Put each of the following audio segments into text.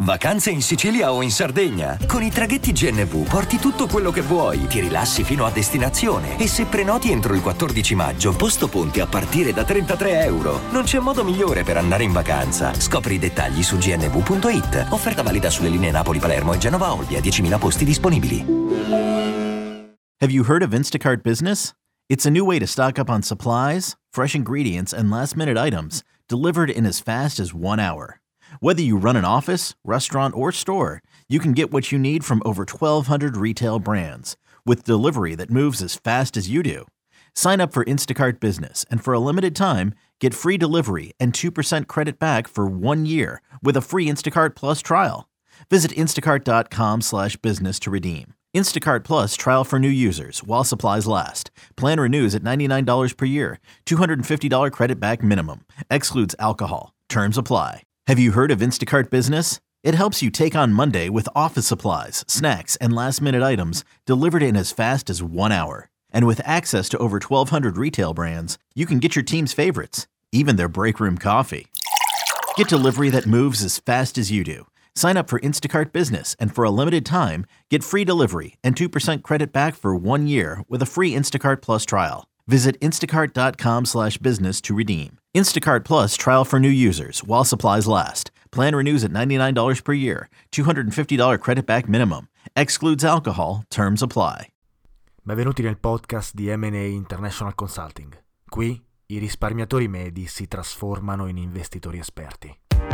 Vacanze in Sicilia o in Sardegna? Con i traghetti GNV porti tutto quello che vuoi, ti rilassi fino a destinazione e se prenoti entro il 14 maggio, posto ponti a partire da €33. Non c'è modo migliore per andare in vacanza. Scopri i dettagli su gnv.it. Offerta valida sulle linee Napoli-Palermo e Genova-Olbia, 10.000 posti disponibili. Have you heard of Instacart Business? It's a new way to stock up on supplies, fresh ingredients, and last-minute items delivered in as fast as 1 hour. Whether you run an office, restaurant, or store, you can get what you need from over 1,200 retail brands with delivery that moves as fast as you do. Sign up for Instacart Business, and for a limited time, get free delivery and 2% credit back for 1 year with a free Instacart Plus trial. Visit instacart.com/business to redeem. Instacart Plus trial for new users while supplies last. Plan renews at $99 per year. $250 credit back minimum. Excludes alcohol. Terms apply. Have you heard of Instacart Business? It helps you take on Monday with office supplies, snacks, and last-minute items delivered in as fast as 1 hour. And with access to over 1,200 retail brands, you can get your team's favorites, even their break room coffee. Get delivery that moves as fast as you do. Sign up for Instacart Business, and for a limited time, get free delivery and 2% credit back for 1 year with a free Instacart Plus trial. Visit instacart.com/business to redeem. Instacart Plus trial for new users while supplies last. Plan renews at $99 per year. $250 credit back minimum. Excludes alcohol. Terms apply. Benvenuti nel podcast di M&A International Consulting. Qui i risparmiatori medi si trasformano in investitori esperti.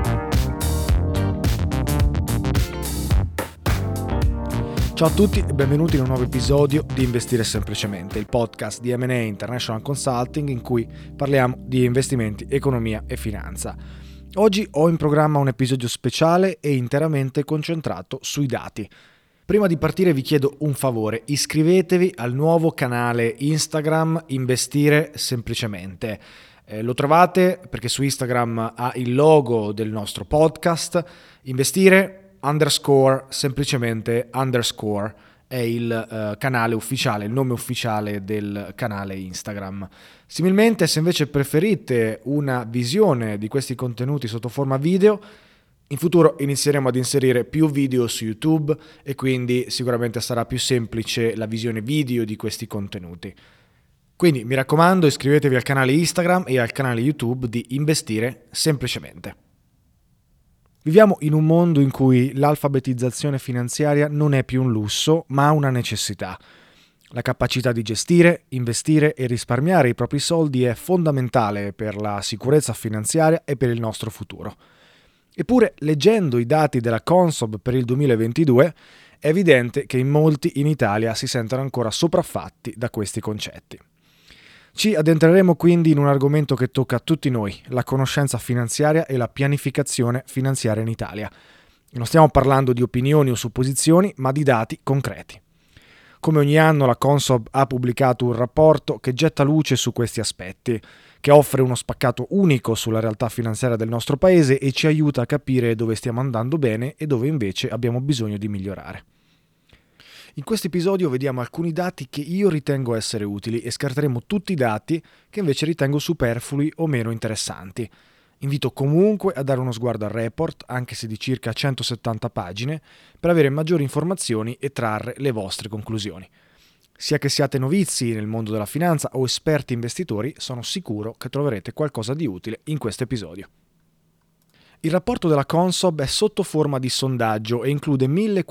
Ciao a tutti e benvenuti in un nuovo episodio di Investire Semplicemente, il podcast di M&A International Consulting in cui parliamo di investimenti, economia e finanza. Oggi ho in programma un episodio speciale e interamente concentrato sui dati. Prima di partire vi chiedo un favore, iscrivetevi al nuovo canale Instagram Investire Semplicemente. Lo trovate perché su Instagram ha il logo del nostro podcast, Investire_semplicemente_ è il canale ufficiale, il nome ufficiale del canale Instagram. Similmente, se invece preferite una visione di questi contenuti sotto forma video, in futuro inizieremo ad inserire più video su YouTube e quindi sicuramente sarà più semplice la visione video di questi contenuti. Quindi mi raccomando, iscrivetevi al canale Instagram e al canale YouTube di Investire Semplicemente. Viviamo in un mondo in cui l'alfabetizzazione finanziaria non è più un lusso, ma una necessità. La capacità di gestire, investire e risparmiare i propri soldi è fondamentale per la sicurezza finanziaria e per il nostro futuro. Eppure, leggendo i dati della Consob per il 2022, è evidente che in molti in Italia si sentono ancora sopraffatti da questi concetti. Ci addentreremo quindi in un argomento che tocca a tutti noi, la conoscenza finanziaria e la pianificazione finanziaria in Italia. Non stiamo parlando di opinioni o supposizioni, ma di dati concreti. Come ogni anno la Consob ha pubblicato un rapporto che getta luce su questi aspetti, che offre uno spaccato unico sulla realtà finanziaria del nostro paese e ci aiuta a capire dove stiamo andando bene e dove invece abbiamo bisogno di migliorare. In questo episodio vediamo alcuni dati che io ritengo essere utili e scarteremo tutti i dati che invece ritengo superflui o meno interessanti. Invito comunque a dare uno sguardo al report, anche se di circa 170 pagine, per avere maggiori informazioni e trarre le vostre conclusioni. Sia che siate novizi nel mondo della finanza o esperti investitori, sono sicuro che troverete qualcosa di utile in questo episodio. Il rapporto della Consob è sotto forma di sondaggio e include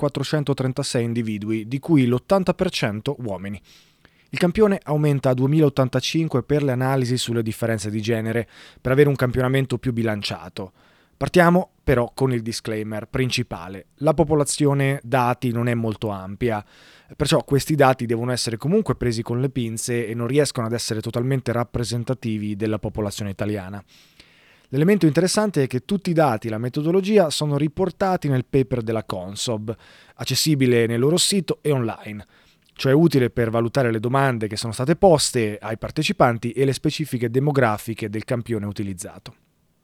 1.436 individui, di cui l'80% uomini. Il campione aumenta a 2.085 per le analisi sulle differenze di genere, per avere un campionamento più bilanciato. Partiamo però con il disclaimer principale. La popolazione dati non è molto ampia, perciò questi dati devono essere comunque presi con le pinze e non riescono ad essere totalmente rappresentativi della popolazione italiana. L'elemento interessante è che tutti i dati e la metodologia sono riportati nel paper della Consob, accessibile nel loro sito e online, cioè utile per valutare le domande che sono state poste ai partecipanti e le specifiche demografiche del campione utilizzato.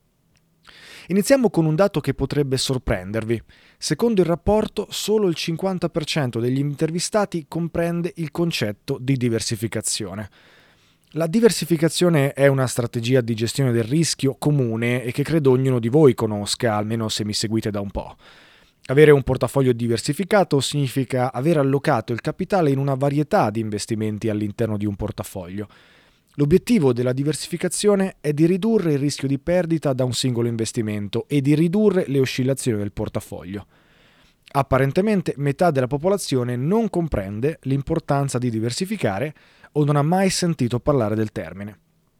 Iniziamo con un dato che potrebbe sorprendervi. Secondo il rapporto, solo il 50% degli intervistati comprende il concetto di diversificazione. La diversificazione è una strategia di gestione del rischio comune e che credo ognuno di voi conosca, almeno se mi seguite da un po'. Avere un portafoglio diversificato significa aver allocato il capitale in una varietà di investimenti all'interno di un portafoglio. L'obiettivo della diversificazione è di ridurre il rischio di perdita da un singolo investimento e di ridurre le oscillazioni del portafoglio. Apparentemente metà della popolazione non comprende l'importanza di diversificare o non ha mai sentito parlare del termine.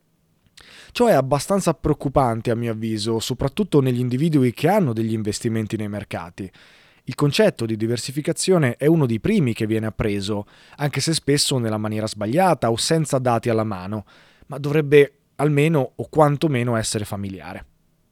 Ciò è abbastanza preoccupante a mio avviso, soprattutto negli individui che hanno degli investimenti nei mercati. Il concetto di diversificazione è uno dei primi che viene appreso, anche se spesso nella maniera sbagliata o senza dati alla mano, ma dovrebbe almeno o quantomeno essere familiare.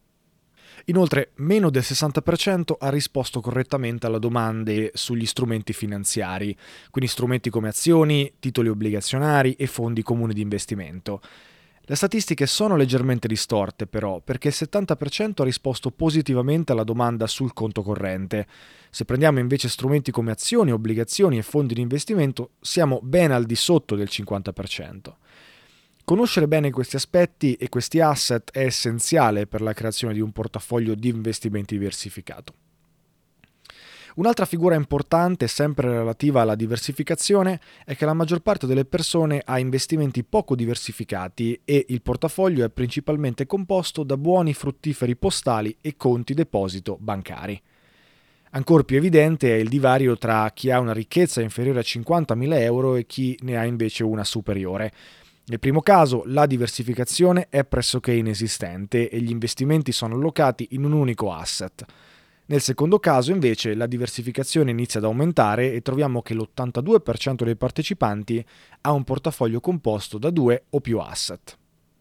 Inoltre, meno del 60% ha risposto correttamente alla domanda sugli strumenti finanziari, quindi strumenti come azioni, titoli obbligazionari e fondi comuni di investimento. Le statistiche sono leggermente distorte però, perché il 70% ha risposto positivamente alla domanda sul conto corrente. Se prendiamo invece strumenti come azioni, obbligazioni e fondi di investimento, siamo ben al di sotto del 50%. Conoscere bene questi aspetti e questi asset è essenziale per la creazione di un portafoglio di investimenti diversificato. Un'altra figura importante, sempre relativa alla diversificazione, è che la maggior parte delle persone ha investimenti poco diversificati e il portafoglio è principalmente composto da buoni fruttiferi postali e conti deposito bancari. Ancor più evidente è il divario tra chi ha una ricchezza inferiore a 50.000 euro e chi ne ha invece una superiore. Nel primo caso la diversificazione è pressoché inesistente e gli investimenti sono allocati in un unico asset. Nel secondo caso, invece, la diversificazione inizia ad aumentare e troviamo che l'82% dei partecipanti ha un portafoglio composto da 2 o più asset.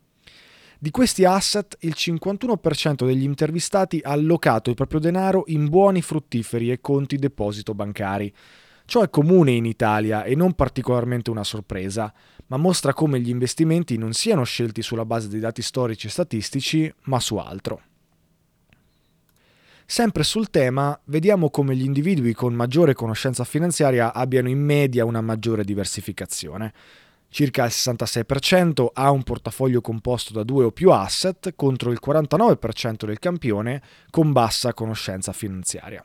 Di questi asset, il 51% degli intervistati ha allocato il proprio denaro in buoni fruttiferi e conti deposito bancari. Ciò è comune in Italia e non particolarmente una sorpresa, ma mostra come gli investimenti non siano scelti sulla base dei dati storici e statistici, ma su altro. Sempre sul tema, vediamo come gli individui con maggiore conoscenza finanziaria abbiano in media una maggiore diversificazione. Circa il 66% ha un portafoglio composto da 2 o più asset contro il 49% del campione con bassa conoscenza finanziaria.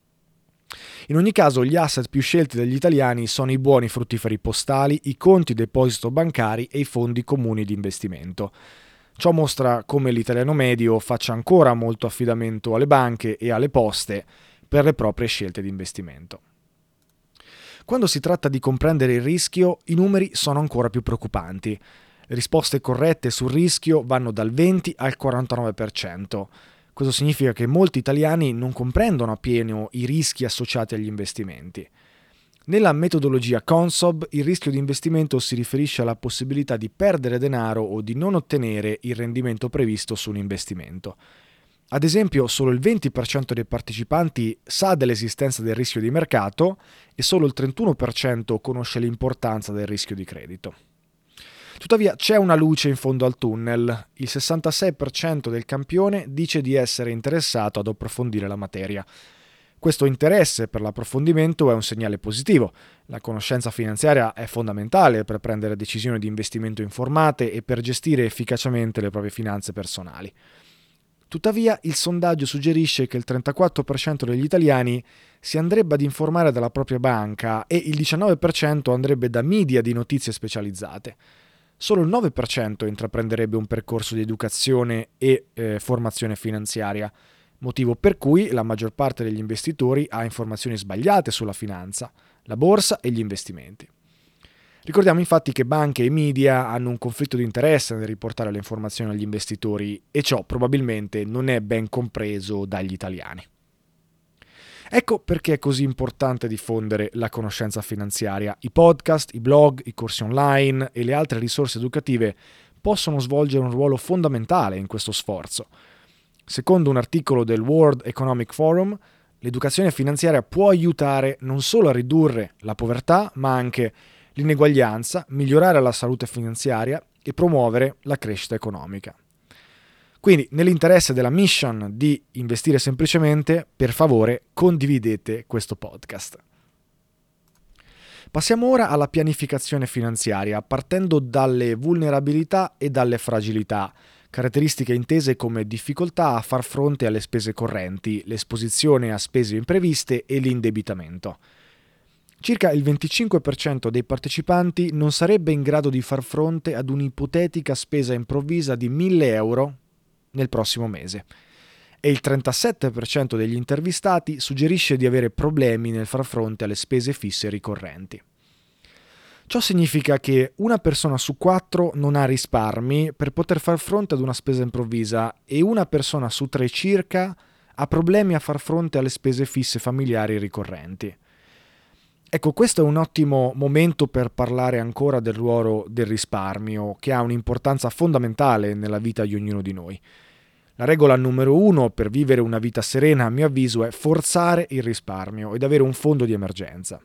In ogni caso, gli asset più scelti dagli italiani sono i buoni fruttiferi postali, i conti deposito bancari e i fondi comuni di investimento. Ciò mostra come l'italiano medio faccia ancora molto affidamento alle banche e alle poste per le proprie scelte di investimento. Quando si tratta di comprendere il rischio, i numeri sono ancora più preoccupanti. Le risposte corrette sul rischio vanno dal 20 al 49%. Questo significa che molti italiani non comprendono appieno i rischi associati agli investimenti. Nella metodologia Consob il rischio di investimento si riferisce alla possibilità di perdere denaro o di non ottenere il rendimento previsto su un investimento. Ad esempio, solo il 20% dei partecipanti sa dell'esistenza del rischio di mercato e solo il 31% conosce l'importanza del rischio di credito. Tuttavia c'è una luce in fondo al tunnel. Il 66% del campione dice di essere interessato ad approfondire la materia. Questo interesse per l'approfondimento è un segnale positivo. La conoscenza finanziaria è fondamentale per prendere decisioni di investimento informate e per gestire efficacemente le proprie finanze personali. Tuttavia, il sondaggio suggerisce che il 34% degli italiani si andrebbe ad informare dalla propria banca e il 19% andrebbe da media di notizie specializzate. Solo il 9% intraprenderebbe un percorso di educazione e formazione finanziaria, motivo per cui la maggior parte degli investitori ha informazioni sbagliate sulla finanza, la borsa e gli investimenti. Ricordiamo infatti che banche e media hanno un conflitto di interesse nel riportare le informazioni agli investitori e ciò probabilmente non è ben compreso dagli italiani. Ecco perché è così importante diffondere la conoscenza finanziaria. I podcast, i blog, i corsi online e le altre risorse educative possono svolgere un ruolo fondamentale in questo sforzo. Secondo un articolo del World Economic Forum, l'educazione finanziaria può aiutare non solo a ridurre la povertà, ma anche l'ineguaglianza, migliorare la salute finanziaria e promuovere la crescita economica. Quindi, nell'interesse della mission di investire semplicemente, per favore condividete questo podcast. Passiamo ora alla pianificazione finanziaria, partendo dalle vulnerabilità e dalle fragilità, caratteristiche intese come difficoltà a far fronte alle spese correnti, l'esposizione a spese impreviste e l'indebitamento. Circa il 25% dei partecipanti non sarebbe in grado di far fronte ad un'ipotetica spesa improvvisa di 1.000 euro nel prossimo mese e il 37% degli intervistati suggerisce di avere problemi nel far fronte alle spese fisse ricorrenti. Ciò significa che una persona su 4 non ha risparmi per poter far fronte ad una spesa improvvisa e una persona su 3 circa ha problemi a far fronte alle spese fisse familiari ricorrenti. Ecco, questo è un ottimo momento per parlare ancora del ruolo del risparmio, che ha un'importanza fondamentale nella vita di ognuno di noi. La regola numero 1 per vivere una vita serena, a mio avviso, è forzare il risparmio ed avere un fondo di emergenza.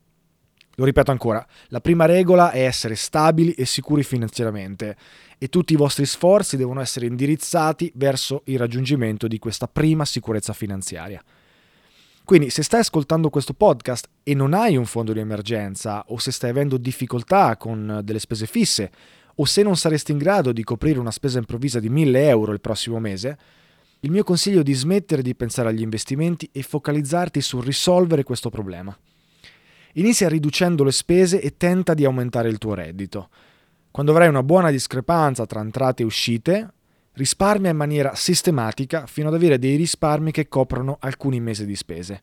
Lo ripeto ancora, la prima regola è essere stabili e sicuri finanziariamente e tutti i vostri sforzi devono essere indirizzati verso il raggiungimento di questa prima sicurezza finanziaria. Quindi se stai ascoltando questo podcast e non hai un fondo di emergenza o se stai avendo difficoltà con delle spese fisse o se non saresti in grado di coprire una spesa improvvisa di 1.000 euro il prossimo mese, il mio consiglio è di smettere di pensare agli investimenti e focalizzarti sul risolvere questo problema. Inizia riducendo le spese e tenta di aumentare il tuo reddito. Quando avrai una buona discrepanza tra entrate e uscite, risparmia in maniera sistematica fino ad avere dei risparmi che coprono alcuni mesi di spese.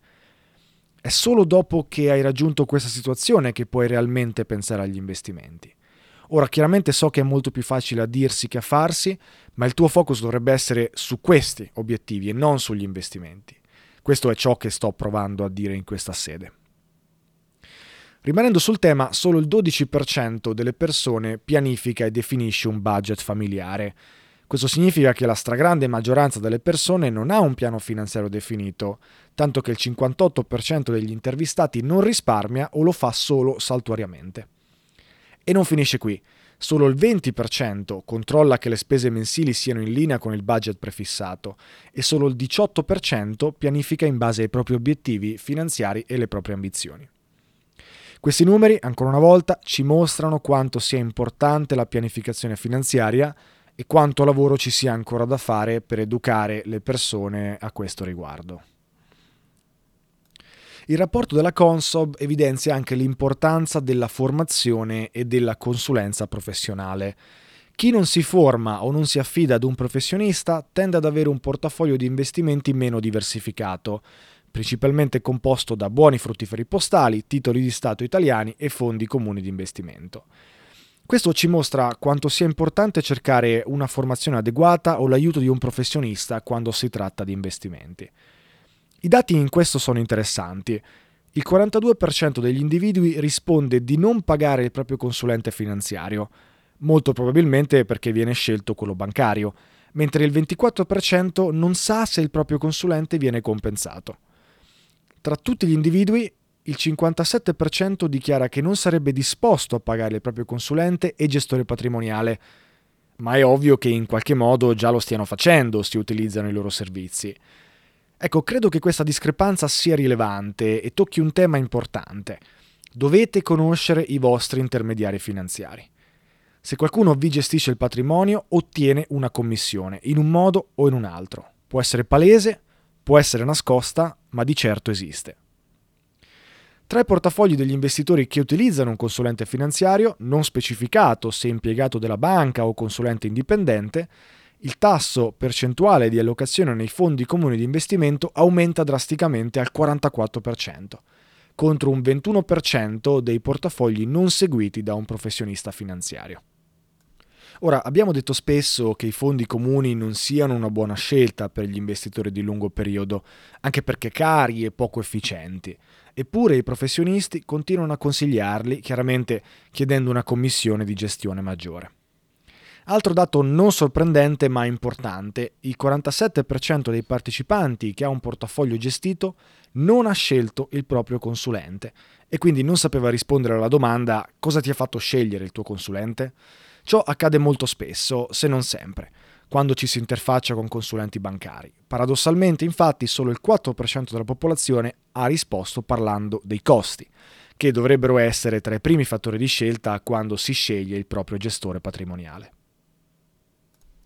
È solo dopo che hai raggiunto questa situazione che puoi realmente pensare agli investimenti. Ora, chiaramente so che è molto più facile a dirsi che a farsi, ma il tuo focus dovrebbe essere su questi obiettivi e non sugli investimenti. Questo è ciò che sto provando a dire in questa sede. Rimanendo sul tema, solo il 12% delle persone pianifica e definisce un budget familiare. Questo significa che la stragrande maggioranza delle persone non ha un piano finanziario definito, tanto che il 58% degli intervistati non risparmia o lo fa solo saltuariamente. E non finisce qui. Solo il 20% controlla che le spese mensili siano in linea con il budget prefissato e solo il 18% pianifica in base ai propri obiettivi finanziari e le proprie ambizioni. Questi numeri, ancora una volta, ci mostrano quanto sia importante la pianificazione finanziaria e quanto lavoro ci sia ancora da fare per educare le persone a questo riguardo. Il rapporto della Consob evidenzia anche l'importanza della formazione e della consulenza professionale. Chi non si forma o non si affida ad un professionista tende ad avere un portafoglio di investimenti meno diversificato, principalmente composto da buoni fruttiferi postali, titoli di Stato italiani e fondi comuni di investimento. Questo ci mostra quanto sia importante cercare una formazione adeguata o l'aiuto di un professionista quando si tratta di investimenti. I dati in questo sono interessanti. Il 42% degli individui risponde di non pagare il proprio consulente finanziario, molto probabilmente perché viene scelto quello bancario, mentre il 24% non sa se il proprio consulente viene compensato. Tra tutti gli individui, il 57% dichiara che non sarebbe disposto a pagare il proprio consulente e gestore patrimoniale, ma è ovvio che in qualche modo già lo stiano facendo se utilizzano i loro servizi. Ecco, credo che questa discrepanza sia rilevante e tocchi un tema importante. Dovete conoscere i vostri intermediari finanziari. Se qualcuno vi gestisce il patrimonio, ottiene una commissione, in un modo o in un altro. Può essere palese, può essere nascosta, ma di certo esiste. Tra i portafogli degli investitori che utilizzano un consulente finanziario, non specificato se impiegato della banca o consulente indipendente, il tasso percentuale di allocazione nei fondi comuni di investimento aumenta drasticamente al 44%, contro un 21% dei portafogli non seguiti da un professionista finanziario. Ora, abbiamo detto spesso che i fondi comuni non siano una buona scelta per gli investitori di lungo periodo, anche perché cari e poco efficienti. Eppure i professionisti continuano a consigliarli, chiaramente chiedendo una commissione di gestione maggiore. Altro dato non sorprendente ma importante, il 47% dei partecipanti che ha un portafoglio gestito non ha scelto il proprio consulente e quindi non sapeva rispondere alla domanda cosa ti ha fatto scegliere il tuo consulente? Ciò accade molto spesso, se non sempre, quando ci si interfaccia con consulenti bancari. Paradossalmente, infatti, solo il 4% della popolazione ha risposto parlando dei costi, che dovrebbero essere tra i primi fattori di scelta quando si sceglie il proprio gestore patrimoniale.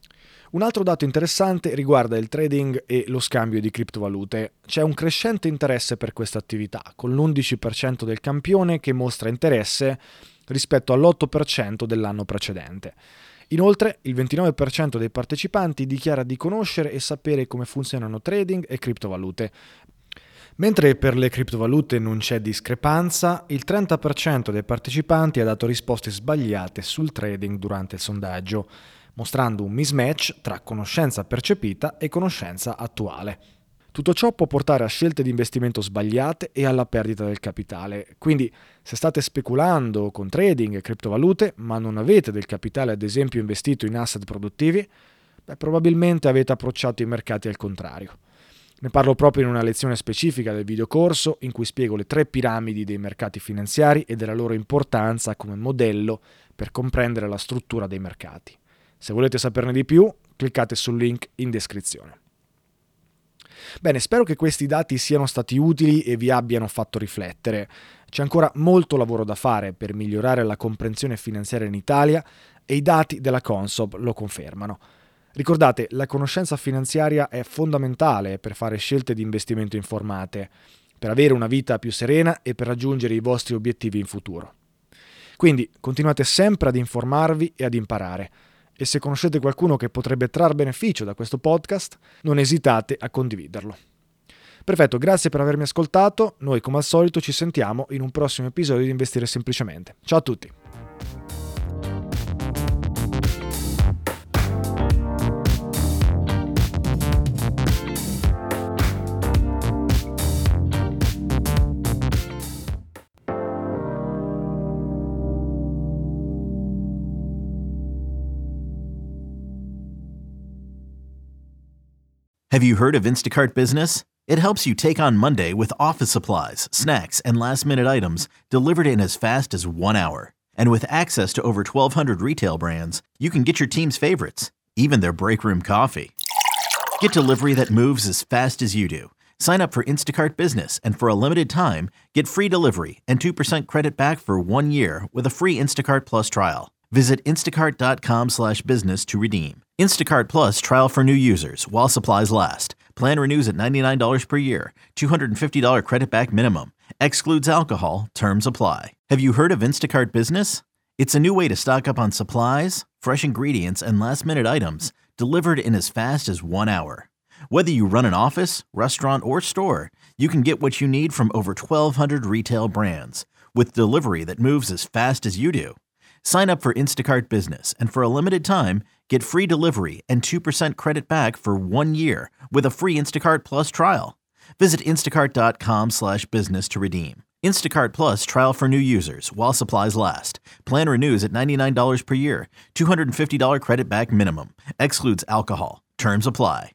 Un altro dato interessante riguarda il trading e lo scambio di criptovalute. C'è un crescente interesse per questa attività, con l'11% del campione che mostra interesse rispetto all'8% dell'anno precedente. Inoltre, il 29% dei partecipanti dichiara di conoscere e sapere come funzionano trading e criptovalute. Mentre per le criptovalute non c'è discrepanza, il 30% dei partecipanti ha dato risposte sbagliate sul trading durante il sondaggio, mostrando un mismatch tra conoscenza percepita e conoscenza attuale. Tutto ciò può portare a scelte di investimento sbagliate e alla perdita del capitale. Quindi, se state speculando con trading e criptovalute, ma non avete del capitale ad esempio investito in asset produttivi, probabilmente avete approcciato i mercati al contrario. Ne parlo proprio in una lezione specifica del videocorso in cui spiego le 3 piramidi dei mercati finanziari e della loro importanza come modello per comprendere la struttura dei mercati. Se volete saperne di più, cliccate sul link in descrizione. Bene, spero che questi dati siano stati utili e vi abbiano fatto riflettere. C'è ancora molto lavoro da fare per migliorare la comprensione finanziaria in Italia e i dati della Consob lo confermano. Ricordate, la conoscenza finanziaria è fondamentale per fare scelte di investimento informate, per avere una vita più serena e per raggiungere i vostri obiettivi in futuro. Quindi continuate sempre ad informarvi e ad imparare. E se conoscete qualcuno che potrebbe trarre beneficio da questo podcast, non esitate a condividerlo. Perfetto, grazie per avermi ascoltato. Noi come al solito ci sentiamo in un prossimo episodio di Investire Semplicemente. Ciao a tutti! Have you heard of Instacart Business? It helps you take on Monday with office supplies, snacks, and last-minute items delivered in as fast as 1 hour. And with access to over 1,200 retail brands, you can get your team's favorites, even their break room coffee. Get delivery that moves as fast as you do. Sign up for Instacart Business, and for a limited time, get free delivery and 2% credit back for 1 year with a free Instacart Plus trial. Visit instacart.com/business to redeem. Instacart Plus trial for new users while supplies last. Plan renews at $99 per year. $250 credit back minimum. Excludes alcohol. Terms apply. Have you heard of Instacart Business? It's a new way to stock up on supplies, fresh ingredients, and last-minute items delivered in as fast as 1 hour. Whether you run an office, restaurant, or store, you can get what you need from over 1,200 retail brands with delivery that moves as fast as you do. Sign up for Instacart Business, and for a limited time, get free delivery and 2% credit back for 1 year with a free Instacart Plus trial. Visit instacart.com/business to redeem. Instacart Plus trial for new users while supplies last. Plan renews at $99 per year. $250 credit back minimum. Excludes alcohol. Terms apply.